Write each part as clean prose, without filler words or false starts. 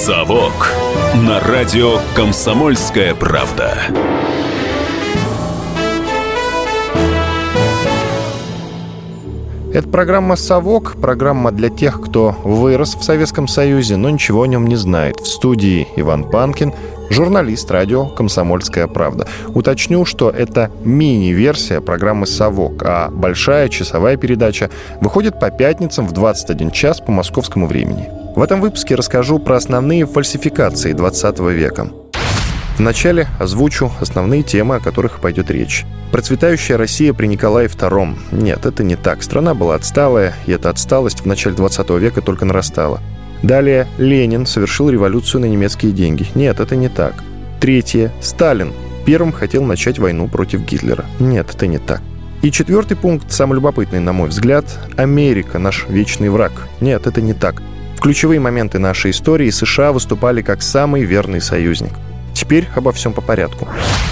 «Совок» на радио «Комсомольская правда». Это программа «Совок», программа для тех, кто вырос в Советском Союзе, но ничего о нем не знает. В студии Иван Панкин, журналист радио «Комсомольская правда». Уточню, что это мини-версия программы «Совок», а большая часовая передача выходит по пятницам в 21 час по московскому времени. В этом выпуске расскажу про основные фальсификации 20 века. Вначале озвучу основные темы, о которых пойдет речь. Процветающая Россия при Николае II. Нет, это не так. Страна была отсталая, и эта отсталость в начале 20 века только нарастала. Далее, Ленин совершил революцию на немецкие деньги. Нет, это не так. Третье. Сталин первым хотел начать войну против Гитлера. Нет, это не так. И четвертый пункт, самый любопытный, на мой взгляд, Америка, наш вечный враг. Нет, это не так. В ключевые моменты нашей истории США выступали как самый верный союзник. Теперь обо всем по порядку.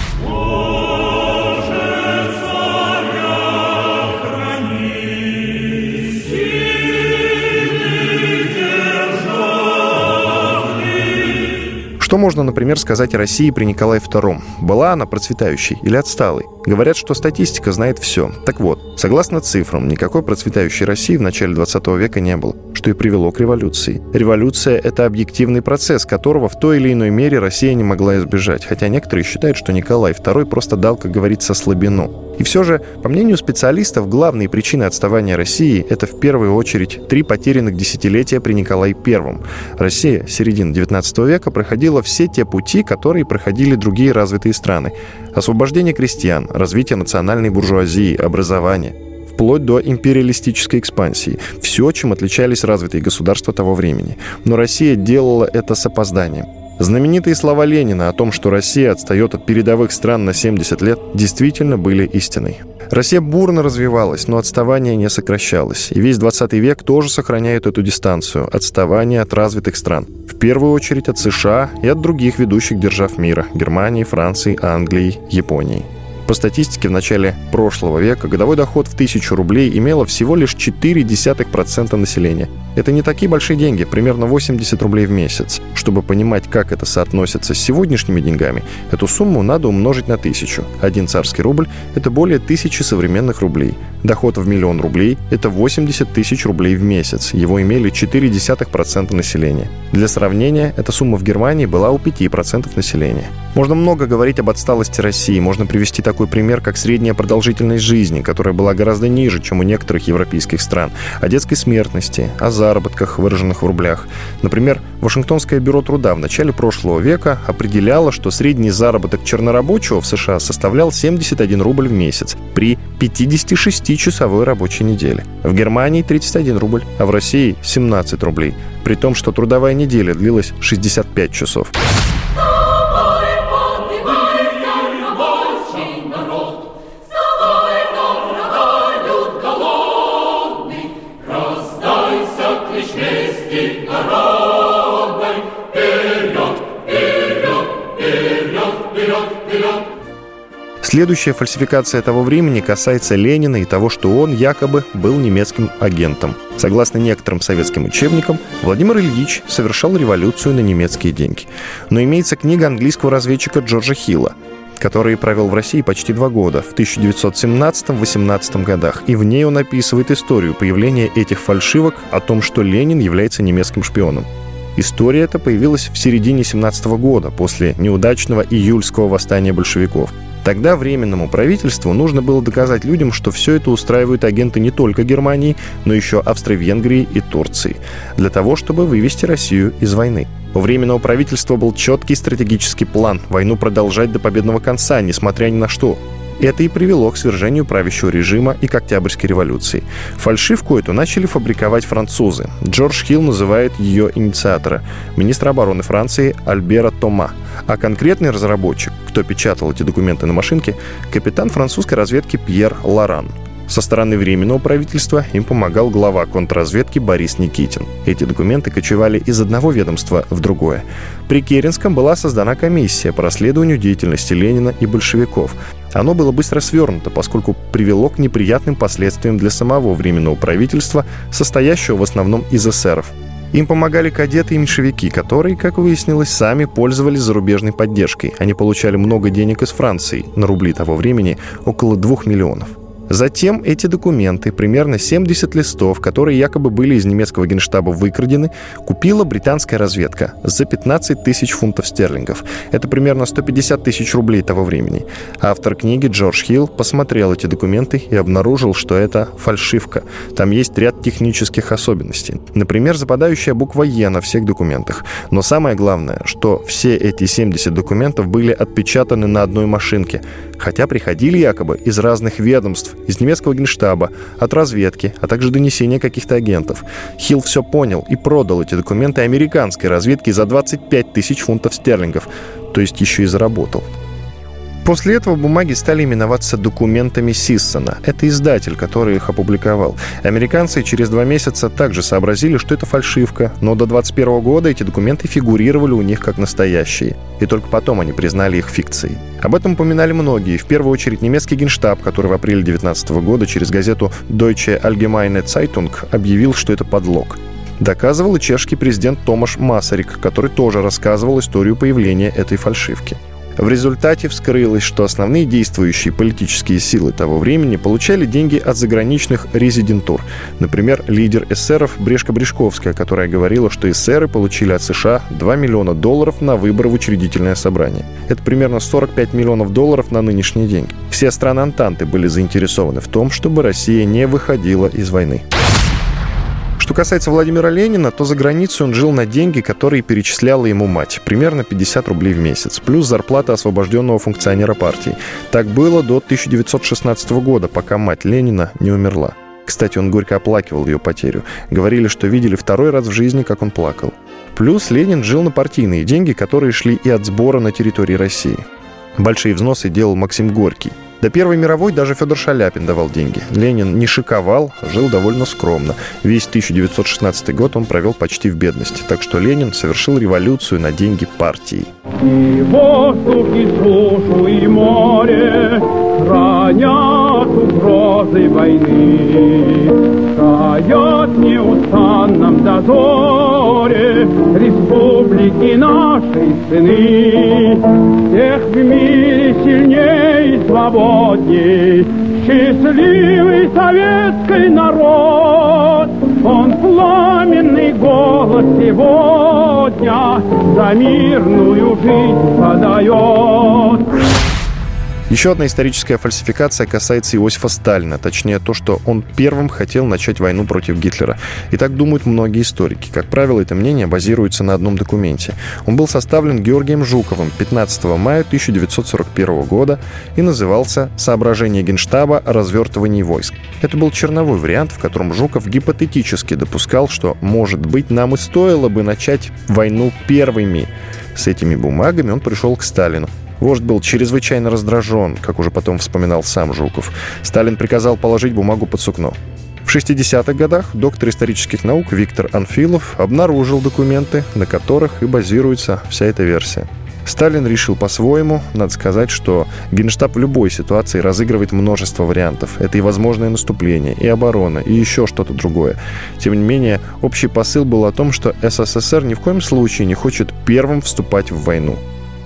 Что можно, например, сказать о России при Николае II? Была она процветающей или отсталой? Говорят, что статистика знает все. Так вот, согласно цифрам, никакой процветающей России в начале 20 века не было, что и привело к революции. Революция — это объективный процесс, которого в той или иной мере Россия не могла избежать, хотя некоторые считают, что Николай II просто дал, как говорится, слабину. И все же, по мнению специалистов, главные причины отставания России — это в первую очередь 3 потерянных десятилетия при Николае I. Россия с середины 19 века проходила все те пути, которые проходили другие развитые страны. Освобождение крестьян, развитие национальной буржуазии, образование, вплоть до империалистической экспансии. Все, чем отличались развитые государства того времени. Но Россия делала это с опозданием. Знаменитые слова Ленина о том, что Россия отстает от передовых стран на 70 лет, действительно были истиной. Россия бурно развивалась, но отставание не сокращалось. И весь 20 век тоже сохраняет эту дистанцию – отставание от развитых стран. В первую очередь от США и от других ведущих держав мира – Германии, Франции, Англии, Японии. По статистике, в начале прошлого века годовой доход в 1000 рублей имело всего лишь 0,4% населения. Это не такие большие деньги, примерно 80 рублей в месяц. Чтобы понимать, как это соотносится с сегодняшними деньгами, эту сумму надо умножить на 1000. 1 царский рубль – это более 1000 современных рублей. Доход в 1 000 000 рублей – это 80 000 рублей в месяц. Его имели 0,4% населения. Для сравнения, эта сумма в Германии была у 5% населения. Можно много говорить об отсталости России. Можно привести такой пример, как средняя продолжительность жизни, которая была гораздо ниже, чем у некоторых европейских стран, о детской смертности, о заработках, выраженных в рублях. Например, Вашингтонское бюро труда в начале прошлого века определяло, что средний заработок чернорабочего в США составлял 71 рубль в месяц при 56-часовой рабочей неделе. В Германии 31 рубль, а в России 17 рублей, при том, что трудовая неделя длилась 65 часов. Следующая фальсификация того времени касается Ленина и того, что он якобы был немецким агентом. Согласно некоторым советским учебникам, Владимир Ильич совершал революцию на немецкие деньги. Но имеется книга английского разведчика Джорджа Хилла, который провел в России почти 2 года, в 1917-18 годах, и в ней он описывает историю появления этих фальшивок о том, что Ленин является немецким шпионом. История эта появилась в середине 17 года, после неудачного июльского восстания большевиков. Тогда Временному правительству нужно было доказать людям, что все это устраивают агенты не только Германии, но еще Австро-Венгрии и Турции, для того, чтобы вывести Россию из войны. У Временного правительства был четкий стратегический план – войну продолжать до победного конца, несмотря ни на что. Это и привело к свержению правящего режима и к Октябрьской революции. Фальшивку эту начали фабриковать французы. Джордж Хилл называет ее инициатора – министра обороны Франции Альбера Тома. А конкретный разработчик, кто печатал эти документы на машинке – капитан французской разведки Пьер Лоран. Со стороны Временного правительства им помогал глава контрразведки Борис Никитин. Эти документы кочевали из одного ведомства в другое. При Керенском была создана комиссия по расследованию деятельности Ленина и большевиков. Оно было быстро свернуто, поскольку привело к неприятным последствиям для самого Временного правительства, состоящего в основном из эсеров. Им помогали кадеты и меньшевики, которые, как выяснилось, сами пользовались зарубежной поддержкой. Они получали много денег из Франции, на рубли того времени около 2 миллионов. Затем эти документы, примерно 70 листов, которые якобы были из немецкого генштаба выкрадены, купила британская разведка за 15 тысяч фунтов стерлингов. Это примерно 150 тысяч рублей того времени. Автор книги Джордж Хилл посмотрел эти документы и обнаружил, что это фальшивка. Там есть ряд технических особенностей. Например, западающая буква «Е» на всех документах. Но самое главное, что все эти 70 документов были отпечатаны на одной машинке, хотя приходили якобы из разных ведомств, из немецкого генштаба, от разведки, а также донесения каких-то агентов. Хилл все понял и продал эти документы американской разведке за 25 тысяч фунтов стерлингов, то есть еще и заработал. После этого бумаги стали именоваться документами Сиссона. Это издатель, который их опубликовал. Американцы через 2 месяца также сообразили, что это фальшивка, но до 2021 года эти документы фигурировали у них как настоящие. И только потом они признали их фикцией. Об этом упоминали многие, в первую очередь немецкий генштаб, который в апреле 2019 года через газету Deutsche Allgemeine Zeitung объявил, что это подлог. Доказывал и чешский президент Томаш Масарик, который тоже рассказывал историю появления этой фальшивки. В результате вскрылось, что основные действующие политические силы того времени получали деньги от заграничных резидентур. Например, лидер эсеров Брешка-Брешковская, которая говорила, что эсеры получили от США $2 миллиона на выборы в учредительное собрание. Это примерно $45 миллионов на нынешние деньги. Все страны Антанты были заинтересованы в том, чтобы Россия не выходила из войны. Что касается Владимира Ленина, то за границей он жил на деньги, которые перечисляла ему мать. Примерно 50 рублей в месяц, плюс зарплата освобожденного функционера партии. Так было до 1916 года, пока мать Ленина не умерла. Кстати, он горько оплакивал ее потерю. Говорили, что видели второй раз в жизни, как он плакал. Плюс Ленин жил на партийные деньги, которые шли и от сбора на территории России. Большие взносы делал Максим Горький. До Первой мировой даже Федор Шаляпин давал деньги. Ленин не шиковал, жил довольно скромно. Весь 1916 год он провел почти в бедности. Так что Ленин совершил революцию на деньги партии. И воздух, и сушу, и море хранят угрозы войны. Стоят в неустанном дозоре республики нашей сыны. Всех в мире сильней и свободней счастливый советский народ. Он пламенный голос сегодня за мирную жизнь подает. Еще одна историческая фальсификация касается Иосифа Сталина, точнее то, что он первым хотел начать войну против Гитлера. И так думают многие историки. Как правило, это мнение базируется на одном документе. Он был составлен Георгием Жуковым 15 мая 1941 года и назывался «Соображение Генштаба о развертывании войск». Это был черновой вариант, в котором Жуков гипотетически допускал, что, может быть, нам и стоило бы начать войну первыми. С этими бумагами он пришел к Сталину. Вождь был чрезвычайно раздражен, как уже потом вспоминал сам Жуков. Сталин приказал положить бумагу под сукно. В 60-х годах доктор исторических наук Виктор Анфилов обнаружил документы, на которых и базируется вся эта версия. Сталин решил по-своему. Надо сказать, что Генштаб в любой ситуации разыгрывает множество вариантов. Это и возможное наступление, и оборона, и еще что-то другое. Тем не менее, общий посыл был о том, что СССР ни в коем случае не хочет первым вступать в войну.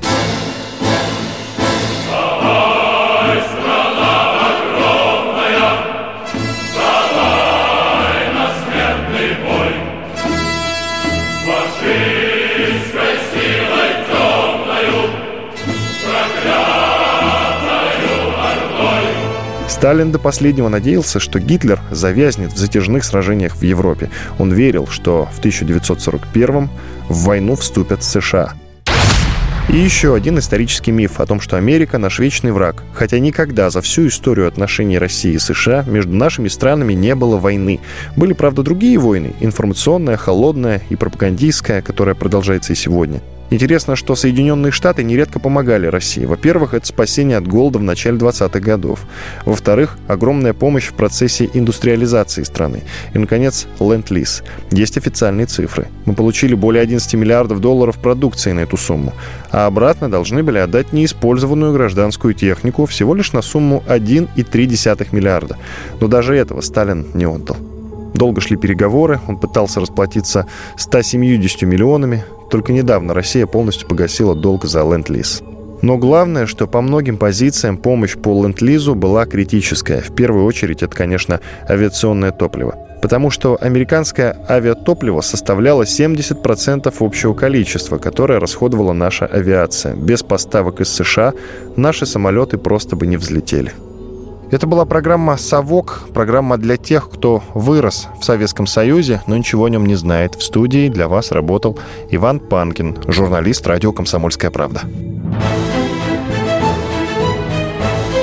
Сталин до последнего надеялся, что Гитлер завязнет в затяжных сражениях в Европе. Он верил, что в 1941-м в войну вступят США. И еще один исторический миф о том, что Америка – наш вечный враг. Хотя никогда за всю историю отношений России и США между нашими странами не было войны. Были, правда, другие войны – информационная, холодная и пропагандистская, которая продолжается и сегодня. Интересно, что Соединенные Штаты нередко помогали России. Во-первых, это спасение от голода в начале 20-х годов. Во-вторых, огромная помощь в процессе индустриализации страны. И, наконец, ленд-лиз. Есть официальные цифры. Мы получили более $11 миллиардов продукции на эту сумму. А обратно должны были отдать неиспользованную гражданскую технику всего лишь на сумму $1,3 миллиарда. Но даже этого Сталин не отдал. Долго шли переговоры, он пытался расплатиться 170 миллионами. Только недавно Россия полностью погасила долг за ленд-лиз. Но главное, что по многим позициям помощь по ленд-лизу была критическая. В первую очередь это, конечно, авиационное топливо. Потому что американское авиатопливо составляло 70% общего количества, которое расходовала наша авиация. Без поставок из США наши самолеты просто бы не взлетели. Это была программа «Совок», программа для тех, кто вырос в Советском Союзе, но ничего о нем не знает. В студии для вас работал Иван Панкин, журналист радио «Комсомольская правда».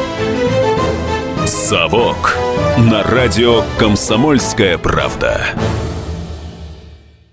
«Совок» на радио «Комсомольская правда».